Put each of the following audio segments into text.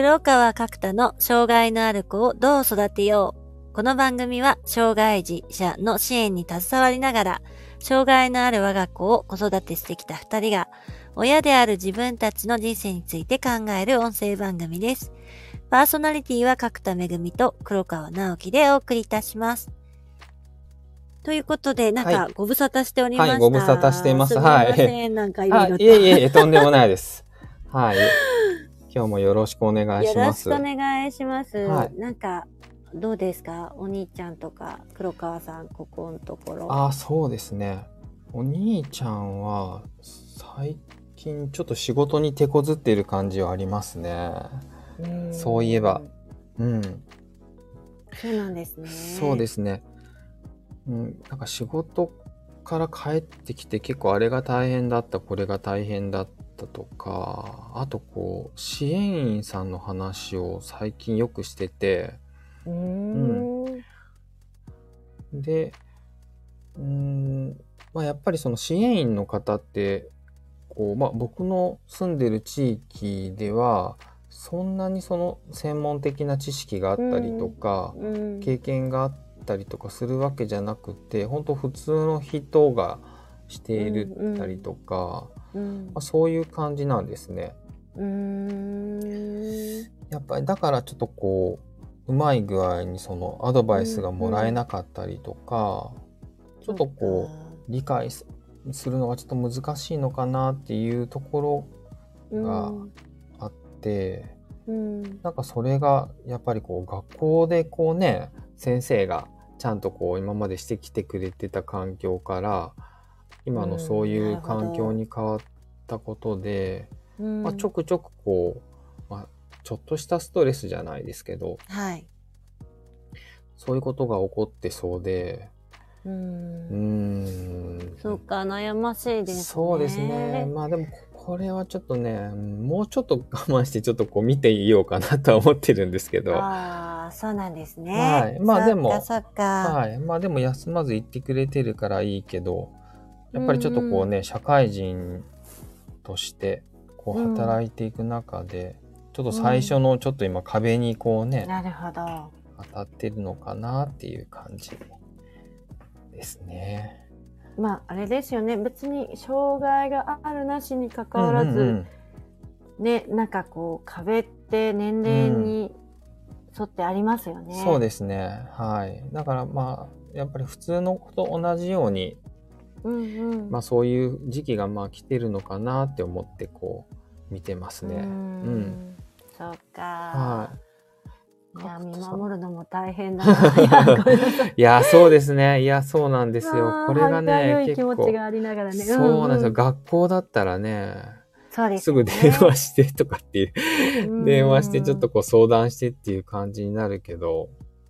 黒川角田の障害のある子をどう育てよう。この番組は障害児者の支援に携わりながら、障害のある我が子を子育てしてきた2人が、親である自分たちの人生について考える音声番組です。パーソナリティは角田めぐみと黒川直樹でお送りいたします。ということで、なんかご無沙汰しておりました。 はい、ご無沙汰しています。 すみません、なんかいろいろと。 いえ、とんでもないです。はい。今日もよろしくお願いします。 よろしくお願いします。 はい、 なんか、どうですか？お兄ちゃんとか、黒川さん、ここのところ。 そうですね。お兄ちゃんは、最近ちょっと仕事に手こずっている感じはありますね。そういえば。 そうなんですね。 そうですね。なんか仕事から帰ってきて結構あれが大変だった、これが大変だったとか、あと支援員さんの話を最近よくしてて、で、やっぱりその支援員の方って僕の住んでる地域ではそんなにその専門的な知識があったりとか、経験があったりとかするわけじゃなくて、本当普通の人がしているたりとか、そういう感じなんですね。やっぱりだからちょっとうまい具合にそのアドバイスがもらえなかったりとか、ちょっと理解するのがちょっと難しいのかなっていうところがあって、なんかそれがやっぱり学校で先生がちゃんと今までしてきてくれてた環境から今のそういう環境に変わったことで、ちょくちょくちょっとしたストレスじゃないですけど、そういうことが起こってそうで、 そうか、悩ましいですね。 そうですね。でもこれはちょっとね、もうちょっと我慢してちょっと見ていようかなとは思ってるんですけど。 そうなんですね。 はい。でも、 そっか。 はい。でも休まず言ってくれてるからいいけど、やっぱりちょっと社会人として働いていく中で、ちょっと最初のちょっと今壁になるほど。 当たってるのかなっていう感じですね。 あれですよね。別に障害があるなしに関わらず、ね、なんか壁って年齢に沿ってありますよね。 そうですね。はい。だからやっぱり普通の子と同じように、そういう時期が来てるのかなって思って見てますね。 そうか。 はい。 いや、見守るのも大変だな。 いや、そうですね。いや、そうなんですよ。これがね、 結構気持ちがありながらね。 そうなんですよ。学校だったらね、すぐ電話してとかっていう、電話してちょっと相談してっていう感じになるけど、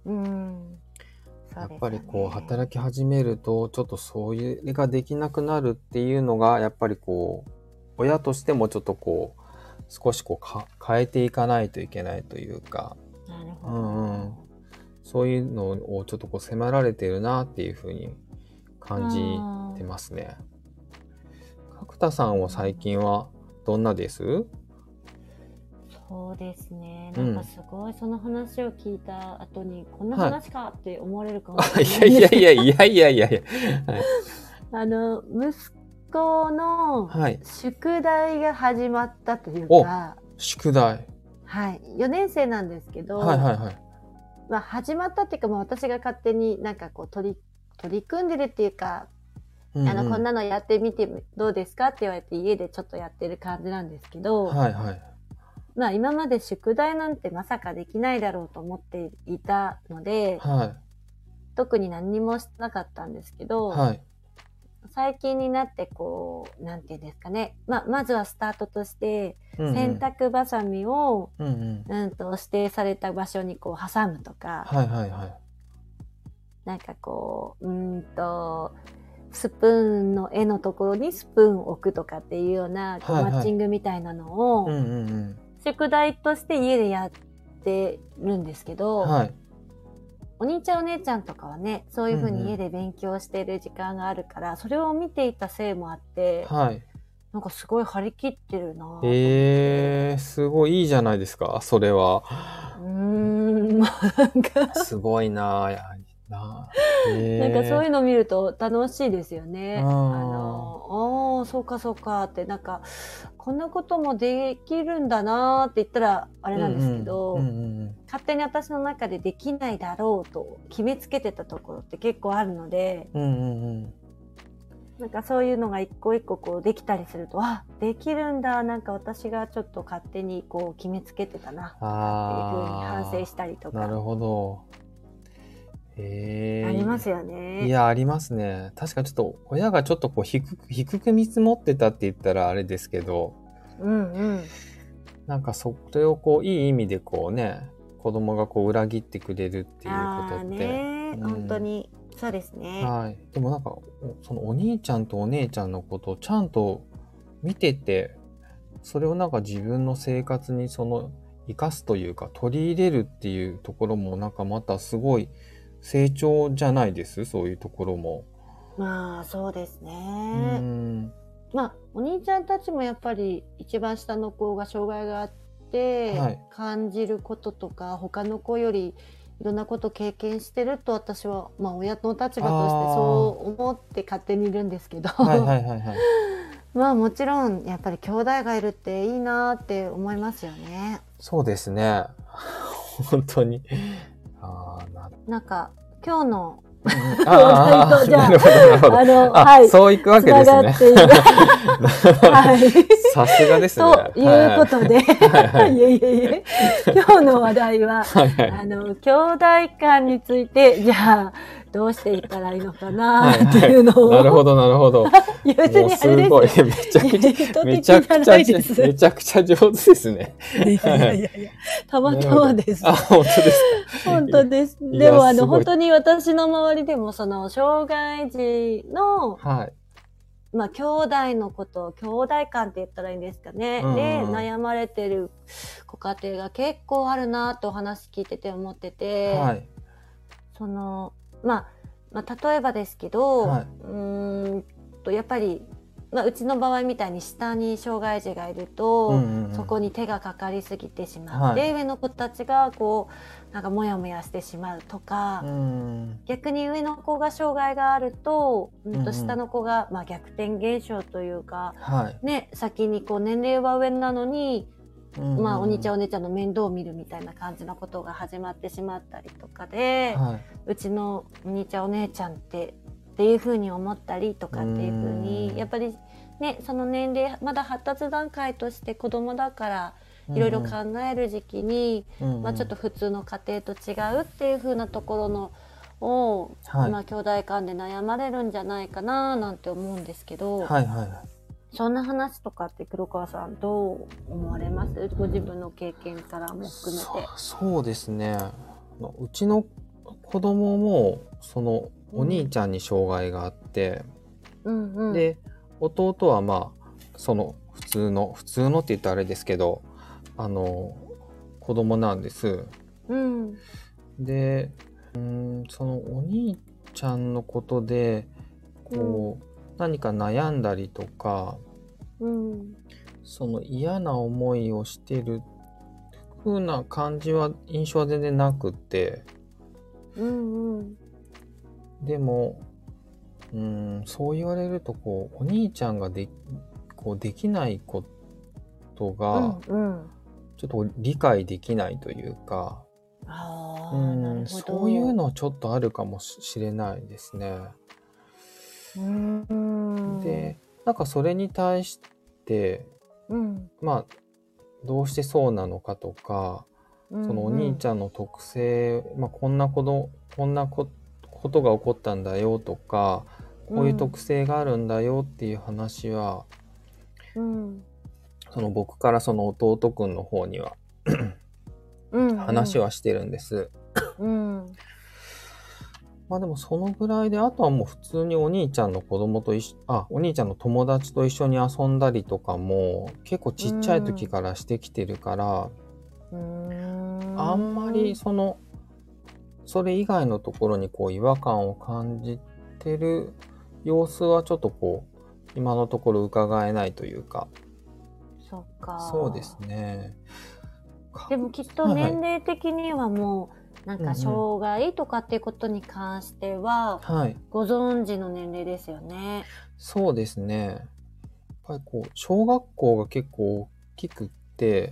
やっぱり働き始めるとちょっとそういうのができなくなるっていうのがやっぱり親としてもちょっと少し変えていかないといけないというか、そういうのをちょっと迫られてるなっていうふうに感じてますね。角田さんは最近はどんなです？ そうですね。なんかすごいその話を聞いた後に、こんな話かって思われるかもしれない。 いや。 息子の宿題が始まったというか。 宿題。 はい。4年生なんですけど。始まったっていうか、私が勝手になんか取り組んでるっていうか、こんなのやってみてどうですかって言われて家でちょっとやってる感じなんですけど、今まで宿題なんてまさかできないだろうと思っていたので、特に何にもしなかったんですけど、最近になってなんていうんですかね、まずはスタートとして洗濯バサミを、指定された場所に挟むとか、なんかスプーンの絵のところにスプーンを置くとかっていうようなマッチングみたいなのを宿題として家でやってるんですけど、お兄ちゃんお姉ちゃんとかはね、そういう風に家で勉強してる時間があるから、それを見ていたせいもあって、 なんかすごい張り切ってるなと思って。 すごいいいじゃないですか、それは。 なんかすごいなぁ、やはりな。 なんかそういうのを見ると楽しいですよね。 あそうかそうかって、なんか、こんなこともできるんだなって言ったらあれなんですけど、勝手に私の中でできないだろうと決めつけてたところって結構あるので、なんかそういうのが一個一個こうできたりすると、あ、できるんだ、なんか私がちょっと勝手にこう決めつけてたなっていう風に反省したりとか。 なるほど。 ありますよね。 いや、ありますね。確かにちょっと親がちょっとこう低く見積もってたって言ったらあれですけど、なんかそれをこういい意味でこうね、子供がこう裏切ってくれるっていうことって、 本当にそうですね。 はい。でもなんかそのお兄ちゃんとお姉ちゃんのことをちゃんと見てて、それをなんか自分の生活にその生かすというか取り入れるっていうところもなんかまたすごい成長じゃないです？そういうところも。 まあそうですね。まあお兄ちゃんたちもやっぱり一番下の子が障害があって、感じることとか他の子よりいろんなことを経験してると私は、まあ、親の立場としてそう思って勝手にいるんですけど、まあもちろんやっぱり兄弟がいるっていいなって思いますよね。 そうですね。本当に。 なんか今日のそういくわけですね。さすがですね。 ということで、今日の話題は、兄弟間について、じゃあ、どうしていったらいいのかなっていうのを。 なるほど、なるほど。 別にあれですよ。 めちゃくちゃ上手ですね。 たまたまです。 本当ですか。 本当です。でも、本当に私の周りでも、その、障害児の、まあ、兄弟のことを、兄弟間って言ったらいいんですかね。で、悩まれてるご家庭が結構あるなとお話聞いてて思ってて、その、まあ、例えばですけど、やっぱり、まあ、うちの場合みたいに下に障害児がいると、そこに手がかかりすぎてしまって、上の子たちがこうなんかモヤモヤしてしまうとか、逆に上の子が障害があると、下の子が、まあ、逆転現象というか、ね、先にこう年齢は上なのに、まあ、お兄ちゃんお姉ちゃんの面倒を見るみたいな感じのことが始まってしまったりとかで、うちのお兄ちゃんお姉ちゃんっていうふうに思ったりとかっていうふうに、やっぱりね、その年齢まだ発達段階として子供だからいろいろ考える時期に、まあ、ちょっと普通の家庭と違うっていうふうなところのを、まあ、兄弟間で悩まれるんじゃないかななんて思うんですけど、そんな話とかって黒川さんどう思われます？ご自分の経験からも含めて。 そうですね。うちの子供もそのお兄ちゃんに障害があって、で弟はまあその普通のって言ったらあれですけど、子供なんです。で、そのお兄ちゃんのことでこう、何か悩んだりとか、その嫌な思いをしてる風な印象は全然なくって、でも、そう言われるとこうお兄ちゃんができないことが、ちょっと理解できないというか、そういうのはちょっとあるかもしれないですね。で、なんかそれに対して、まあどうしてそうなのかとか、そのお兄ちゃんの特性、まあ、こんなことが起こったんだよとか、こういう特性があるんだよっていう話は、その僕からその弟くんの方には話はしてるんです。まあでもそのぐらいで、あとはもう普通にお兄ちゃんのお兄ちゃんの友達と一緒に遊んだりとかも結構ちっちゃい時からしてきてるから、あんまりそれ以外のところにこう違和感を感じてる様子はちょっとこう今のところ伺えないというか。 そっか。 そうですね。 でもきっと年齢的にはもう、なんか障害とかっていうことに関しては、 はい。 ご存知の年齢ですよね。 そうですね。やっぱりこう、小学校が結構大きくって、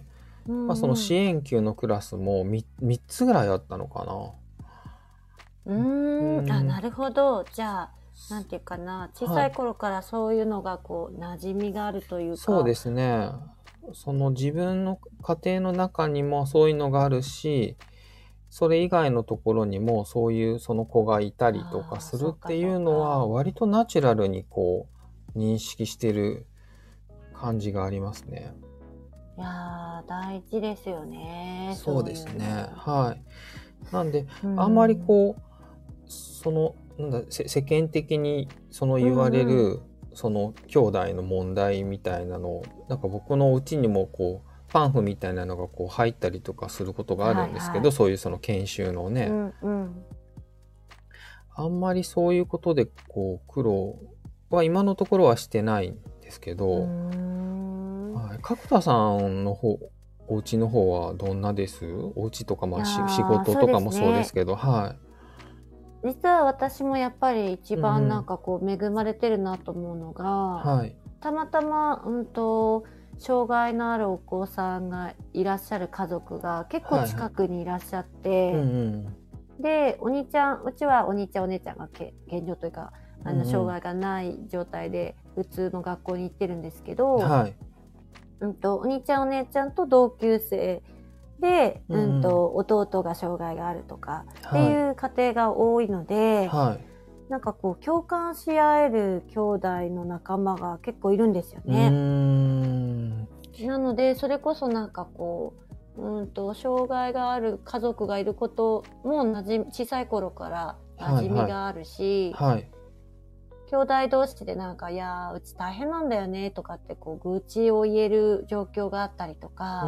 まあその支援級のクラスも 3つぐらいあったのかな。 なるほど。じゃあ、なんていうかな、小さい頃からそういうのがこう、馴染みがあるというか。 そうですね。その自分の家庭の中にもそういうのがあるし、それ以外のところにもそういうその子がいたりとかするっていうのは割とナチュラルにこう認識してる感じがありますね。 いやー、大事ですよね。 そうですね。はい。なんで、あんまりこう、その、世間的にその言われる、その兄弟の問題みたいなのを、なんか僕のうちにもこう、パンフみたいなのがこう入ったりとかすることがあるんですけど、そういうその研修のね。あんまりそういうことでこう苦労は今のところはしてないんですけど、はい、角田さんの方、お家の方はどんなです？お家とか、まあ仕事とかもそうですけど、はい。 実は私もやっぱり一番なんかこう恵まれてるなと思うのが、たまたま障害のあるお子さんがいらっしゃる家族が結構近くにいらっしゃって、でお兄ちゃん、うちはお兄ちゃんお姉ちゃんが健常というか障害がない状態で普通の学校に行ってるんですけど、お兄ちゃんお姉ちゃんと同級生で、弟が障害があるとかっていう家庭が多いので、なんかこう共感し合える兄弟の仲間が結構いるんですよね。なのでそれこそなんかこう障害がある家族がいることも小さい頃から馴染みがあるし、兄弟同士でなんか、いやー、うち大変なんだよねとかってこう愚痴を言える状況があったりとか、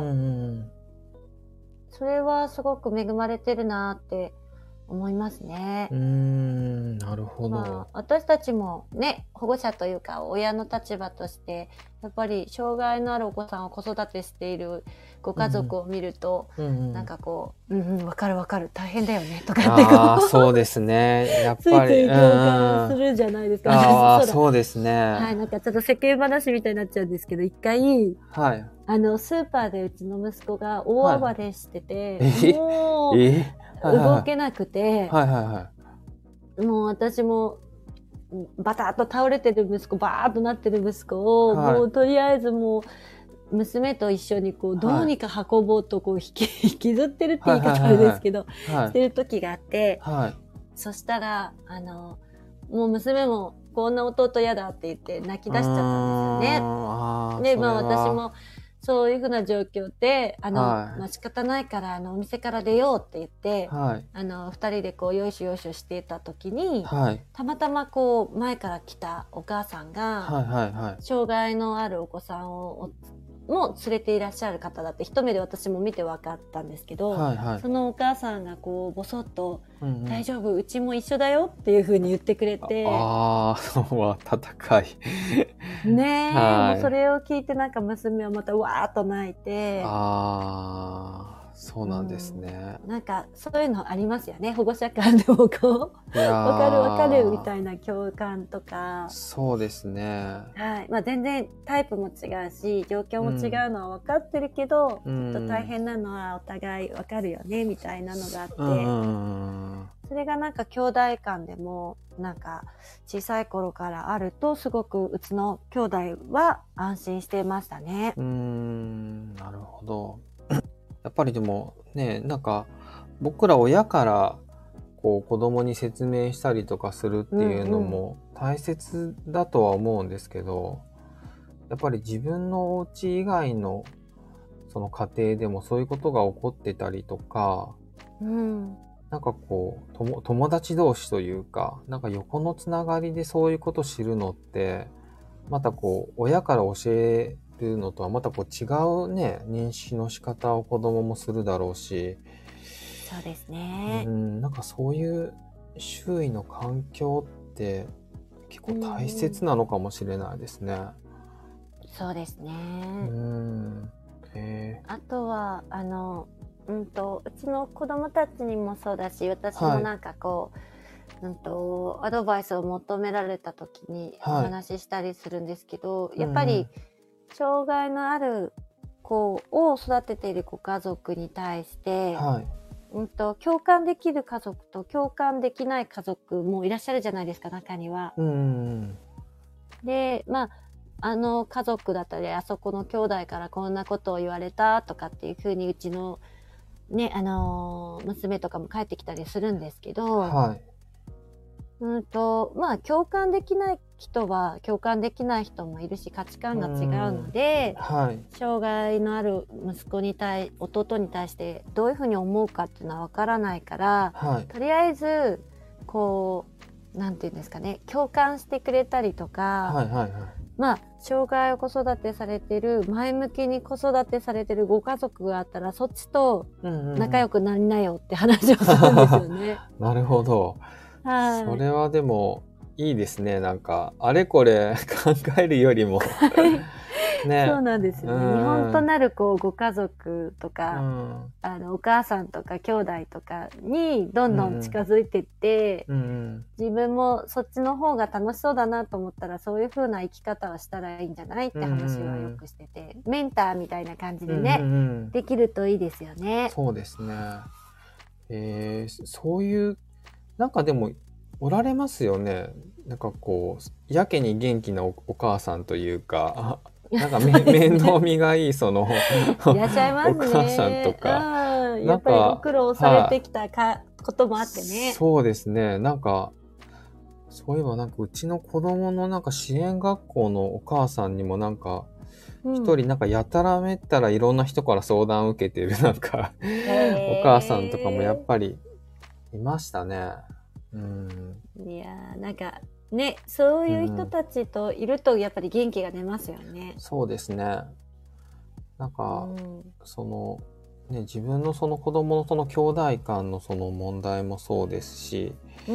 それはすごく恵まれてるなって思いますね。 なるほど。 私たちもね、保護者というか親の立場としてやっぱり障害のあるお子さんを子育てしているご家族を見ると、なんかこう、わかるわかる、大変だよねとかってこう、 そうですね。やっぱりついつい共感するじゃないですか。 そうですね。 はい、なんかちょっと世間話みたいになっちゃうんですけど、一回、スーパーでうちの息子が大暴れしてて、もう動けなくて、もう私もバタッと倒れてる息子、バーッとなってる息子を、もうとりあえずもう娘と一緒にこうどうにか運ぼうとこう引きずってるって言い方あれですけど、してる時があって、そしたらもう娘もこんな弟嫌だって言って泣き出しちゃったんですよね。で、私もそういうふうな状況で仕方ないからお店から出ようって言って、2人でこうよいしょよいしょしていた時に、たまたまこう前から来たお母さんが、障害のあるお子さんをも連れていらっしゃる方だって一目で私も見て分かったんですけど、そのお母さんがこうボソッと、大丈夫、うちも一緒だよっていう風に言ってくれて、 そうは戦いねえ、もうそれを聞いてなんか娘はまたわーっと泣いて、 そうなんですね。 なんかそういうのありますよね、保護者間でもこうわかるわかるみたいな共感とか。 そうですね。 全然タイプも違うし状況も違うのは分かってるけど、きっと大変なのはお互い分かるよねみたいなのがあって、それがなんか兄弟間でもなんか小さい頃からあるとすごくうちの兄弟は安心してましたね。 なるほど。やっぱりでもね、なんか僕ら親からこう子供に説明したりとかするっていうのも大切だとは思うんですけど、やっぱり自分のお家以外のその家庭でもそういうことが起こってたりとか、なんかこう友達同士というか、なんか横のつながりでそういうこと知るのって、またこう親から教えるのとはまたこう違うね、認識の仕方を子供もするだろうし、 そうですね。 なんかそういう周囲の環境って結構大切なのかもしれないですね。 そうですね。あとはうちの子供たちにもそうだし、私もなんかこう、アドバイスを求められた時にお話ししたりするんですけど、やっぱり障害のある子を育てているご家族に対して、共感できる家族と共感できない家族もいらっしゃるじゃないですか、中には。で、家族だったり、あそこの兄弟からこんなことを言われたとかっていうふうに、うちのね、娘とかも帰ってきたりするんですけど、共感できない人は共感できない人もいるし、価値観が違うので、障害のある弟に対してどういうふうに思うかっていうのは分からないから、とりあえずこうなんていうんですかね、共感してくれたりとか、障害を子育てされてる、前向きに子育てされてるご家族があったら、そっちと仲良くなりなよって話をするんですよね。 なるほど。それはでもいいですね。なんかあれこれ考えるよりもね、そうなんですよね。見本となるご家族とか、お母さんとか兄弟とかにどんどん近づいていって、自分もそっちの方が楽しそうだなと思ったら、そういう風な生き方をしたらいいんじゃないって話はよくしてて、メンターみたいな感じでね、できるといいですよね。 そうですね。そういうなんかでもおられますよね。なんかこうやけに元気な お母さんというか。なんか面倒見がいいいらっしゃいますね、お母さんとか、 やっぱりご苦労されてきたこともあってね。 そうですね。なんかそういえばなんかうちの子供のなんか支援学校のお母さんにもなんか一人なんかやたらめったらいろんな人から相談を受けてるなんかお母さんとかもやっぱりいましたね。 いやなんかね、そういう人たちといるとやっぱり元気が出ますよね。 そうですね。なんか、自分のその子供のその兄弟間のその問題もそうですし、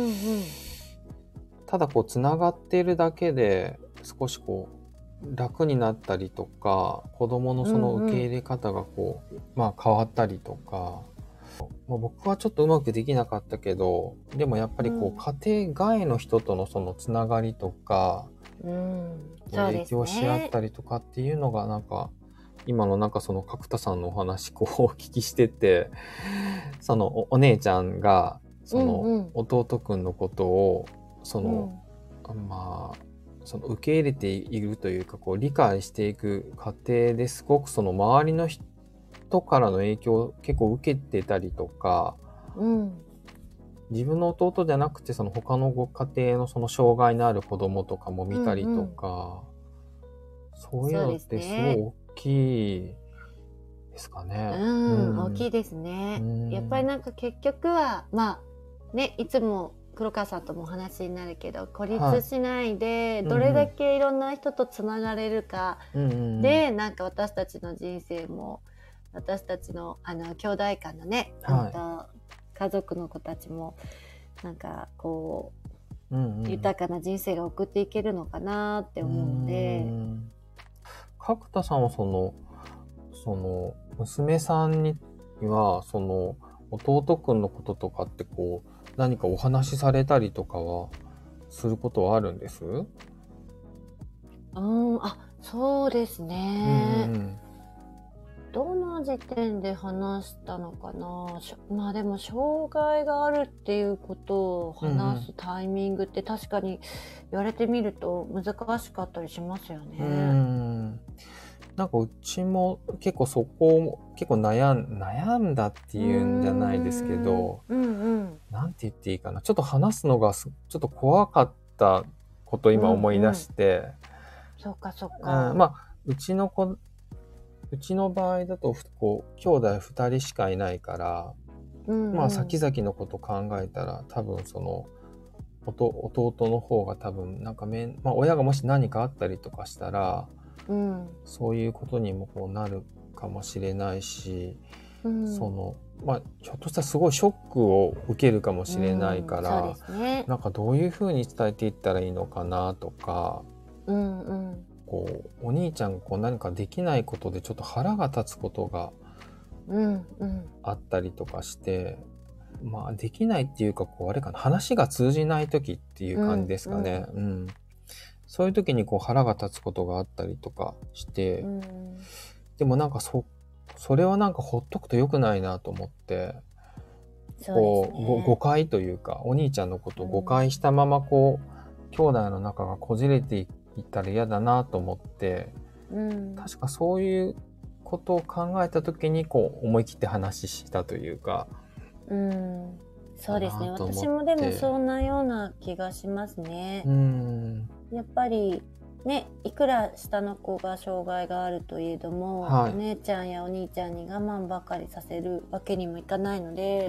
ただこうつながっているだけで少しこう楽になったりとか、子供のその受け入れ方がこう、変わったりとか、僕はちょっとうまくできなかったけど、でもやっぱりこう、家庭外の人とのそのつながりとか、影響し合ったりとかっていうのがなんか今のなんかその角田さんのお話こうお聞きしてて、そのお姉ちゃんがその弟くんのことをその受け入れているというか、こう理解していく過程ですごくその周りの人からの影響を結構受けてたりとか、自分の弟じゃなくてその他のご家庭のその障害のある子供とかも見たりとか、そういうのってすごい大きいですかね。 大きいですね。やっぱりなんか結局はいつも黒川さんともお話になるけど、孤立しないで、どれだけいろんな人とつながれるかで、なんか私たちの人生も私たちの兄弟間のね、家族の子たちもなんかこう、豊かな人生が送っていけるのかなって思うので。 角田さんはその娘さんにはその弟くんのこととかってこう何かお話しされたりとかはすることはあるんです？ そうですね。どの時点で話したのかな。でも障害があるっていうことを話すタイミングって確かに言われてみると難しかったりしますよね。 なんかうちも結構そこを結構悩んだっていうんじゃないですけど、なんて言っていいかな。ちょっと話すのがちょっと怖かったことを今思い出して。 そっか。 うちの場合だとこう兄弟2人しかいないから、先々のこと考えたら多分その弟の方が多分なんか親がもし何かあったりとかしたら、そういうことにもこうなるかもしれないし、 そのひょっとしたらすごいショックを受けるかもしれないから、 そうですね、 なんかどういうふうに伝えていったらいいのかなとか、こうお兄ちゃんが何かできないことでちょっと腹が立つことがあったりとかして、できないっていうかあれかな、話が通じない時っていう感じですかね。そういう時に腹が立つことがあったりとかして、でもなんかそれはなんかほっとくと良くないなと思って、誤解というか、お兄ちゃんのことを誤解したまま兄弟の仲がこじれていったら嫌だなと思って、確かそういうことを考えた時に思い切って話したというか、 そうですね。私もでもそんなような気がしますね。やっぱりね、いくら下の子が障害があるといえども、お姉ちゃんやお兄ちゃんに我慢ばかりさせるわけにもいかないので、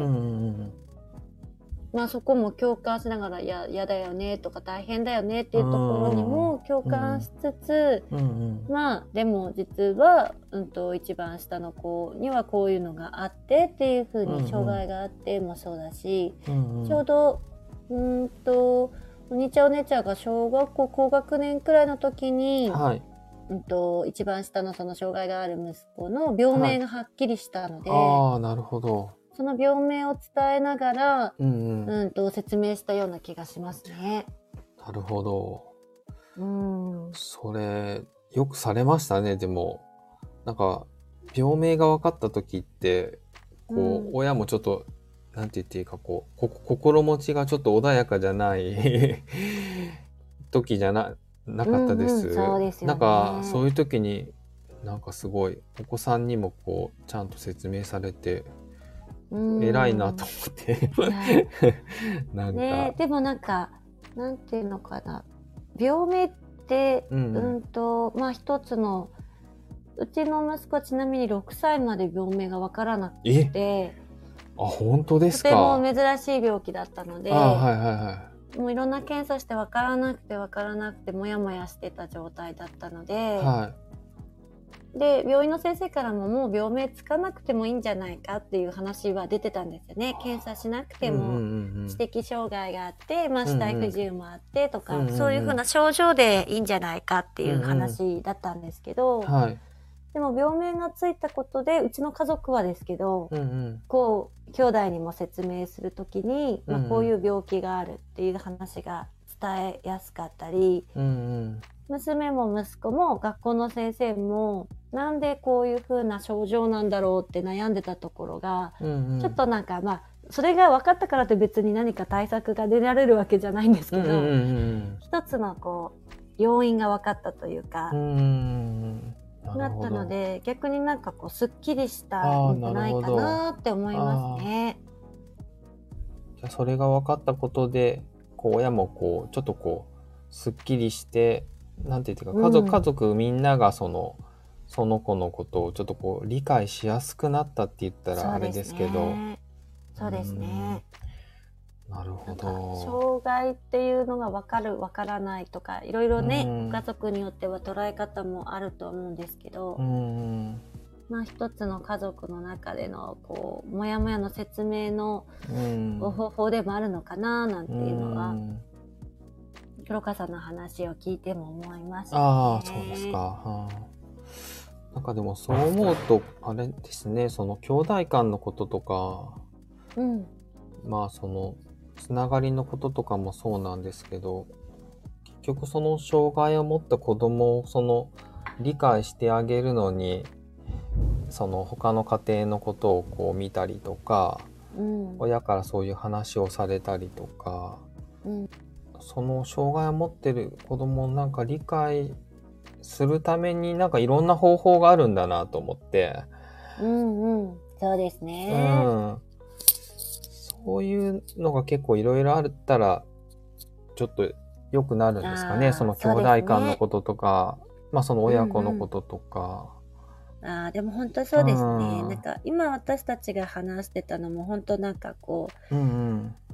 そこも共感しながら、嫌だよねとか大変だよねっていうところにも共感しつつ、でも実は、一番下の子にはこういうのがあってっていう風に障害があってもそうだし、ちょうどお兄ちゃんお姉ちゃんが小学校高学年くらいの時に、一番下のその障害がある息子の病名がはっきりしたので、 なるほど。 その病名を伝えながら、説明したような気がしますね。 なるほど。それよくされましたね。でもなんか病名が分かった時って親もちょっとなんて言っていいか心持ちがちょっと穏やかじゃない時じゃなかったです。 そうですよね。 なんかそういう時になんかすごいお子さんにもちゃんと説明されて偉いなと思ってなんか、 ね、でもなんかなんていうのかな、病名って一つの、うちの息子はちなみに6歳まで病名が分からなくて、 本当ですか。 とても珍しい病気だったので、もういろんな検査して分からなくてモヤモヤしてた状態だったので、で病院の先生からももう病名つかなくてもいいんじゃないかっていう話は出てたんですよね。検査しなくても知的障害があって、肢体不自由もあってとか、そういうふうな症状でいいんじゃないかっていう話だったんですけど、でも病名がついたことでうちの家族はですけど、兄弟にも説明するときに、こういう病気があるっていう話が伝えやすかったり、娘も息子も学校の先生もなんでこういう風な症状なんだろうって悩んでたところが、ちょっとなんかそれが分かったからって別に何か対策が出られるわけじゃないんですけど、一つの要因が分かったというか、なったので、逆になんかすっきりしたんじゃないかなって思いますね。 じゃあそれが分かったことで親もちょっとすっきりして、なんていうか家族みんながその子のことをちょっと理解しやすくなったって言ったらあれですけど、 そうですね。 なるほど。 障害っていうのが分かる分からないとかいろいろね、ご家族によっては捉え方もあると思うんですけど、一つの家族の中でのモヤモヤの説明の方法でもあるのかななんていうのは、黒川さんの話を聞いても思いましたね。 そうですか。なんかでもそう思うとあれですね、その兄弟間のこととか、そのつながりのこととかもそうなんですけど、結局その障害を持った子供を理解してあげるのに、その他の家庭のことを見たりとか、親からそういう話をされたりとか、その障害を持ってる子供をなんか理解するためになんかいろんな方法があるんだなと思って、 そうですね。 そういうのが結構いろいろあったらちょっと良くなるんですかね。その兄弟間のこととか、その親子のこととか。 でも本当そうですね。なんか今私たちが話してたのも本当なんか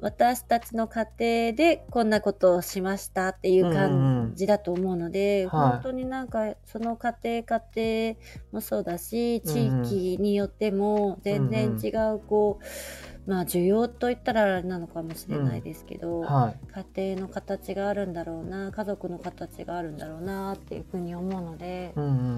私たちの家庭でこんなことをしましたっていう感じだと思うので、本当になんかその家庭もそうだし、地域によっても全然違う需要といったらあれなのかもしれないですけど、家庭の形があるんだろうな、家族の形があるんだろうなっていうふうに思うので、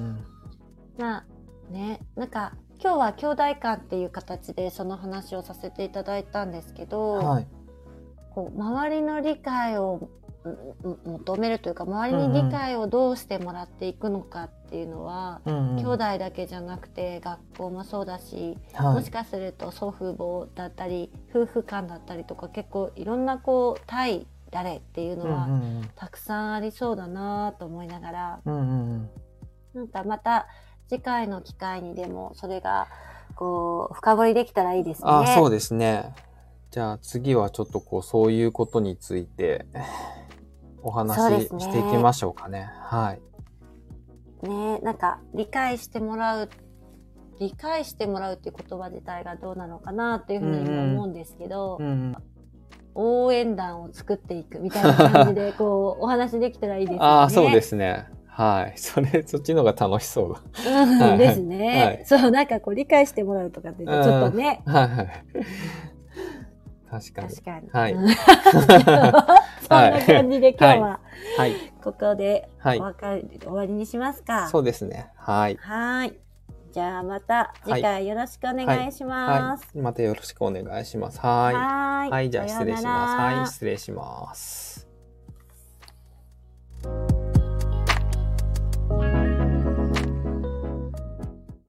なんか今日は兄弟間っていう形でその話をさせていただいたんですけど、周りの理解を求めるというか、周りに理解をどうしてもらっていくのかっていうのは、兄弟だけじゃなくて学校もそうだし、もしかすると祖父母だったり夫婦間だったりとか、結構いろんな対誰っていうのはたくさんありそうだなと思いながら、なんかまた次回の機会にでもそれが深掘りできたらいいですね。 そうですね。じゃあ次はちょっとそういうことについてお話ししていきましょうかね。 なんか理解してもらうっていう言葉自体がどうなのかなっていうふうに思うんですけど、応援団を作っていくみたいな感じでお話できたらいいですね。 そうですね。そっちの方が楽しそうだ。 ですね。そう、なんか理解してもらうとかってちょっとね。 確かに。 そんな感じで今日はここで終わりにしますか。 そうですね。 じゃあまた次回よろしくお願いします。 またよろしくお願いします。じゃあ失礼します。失礼します。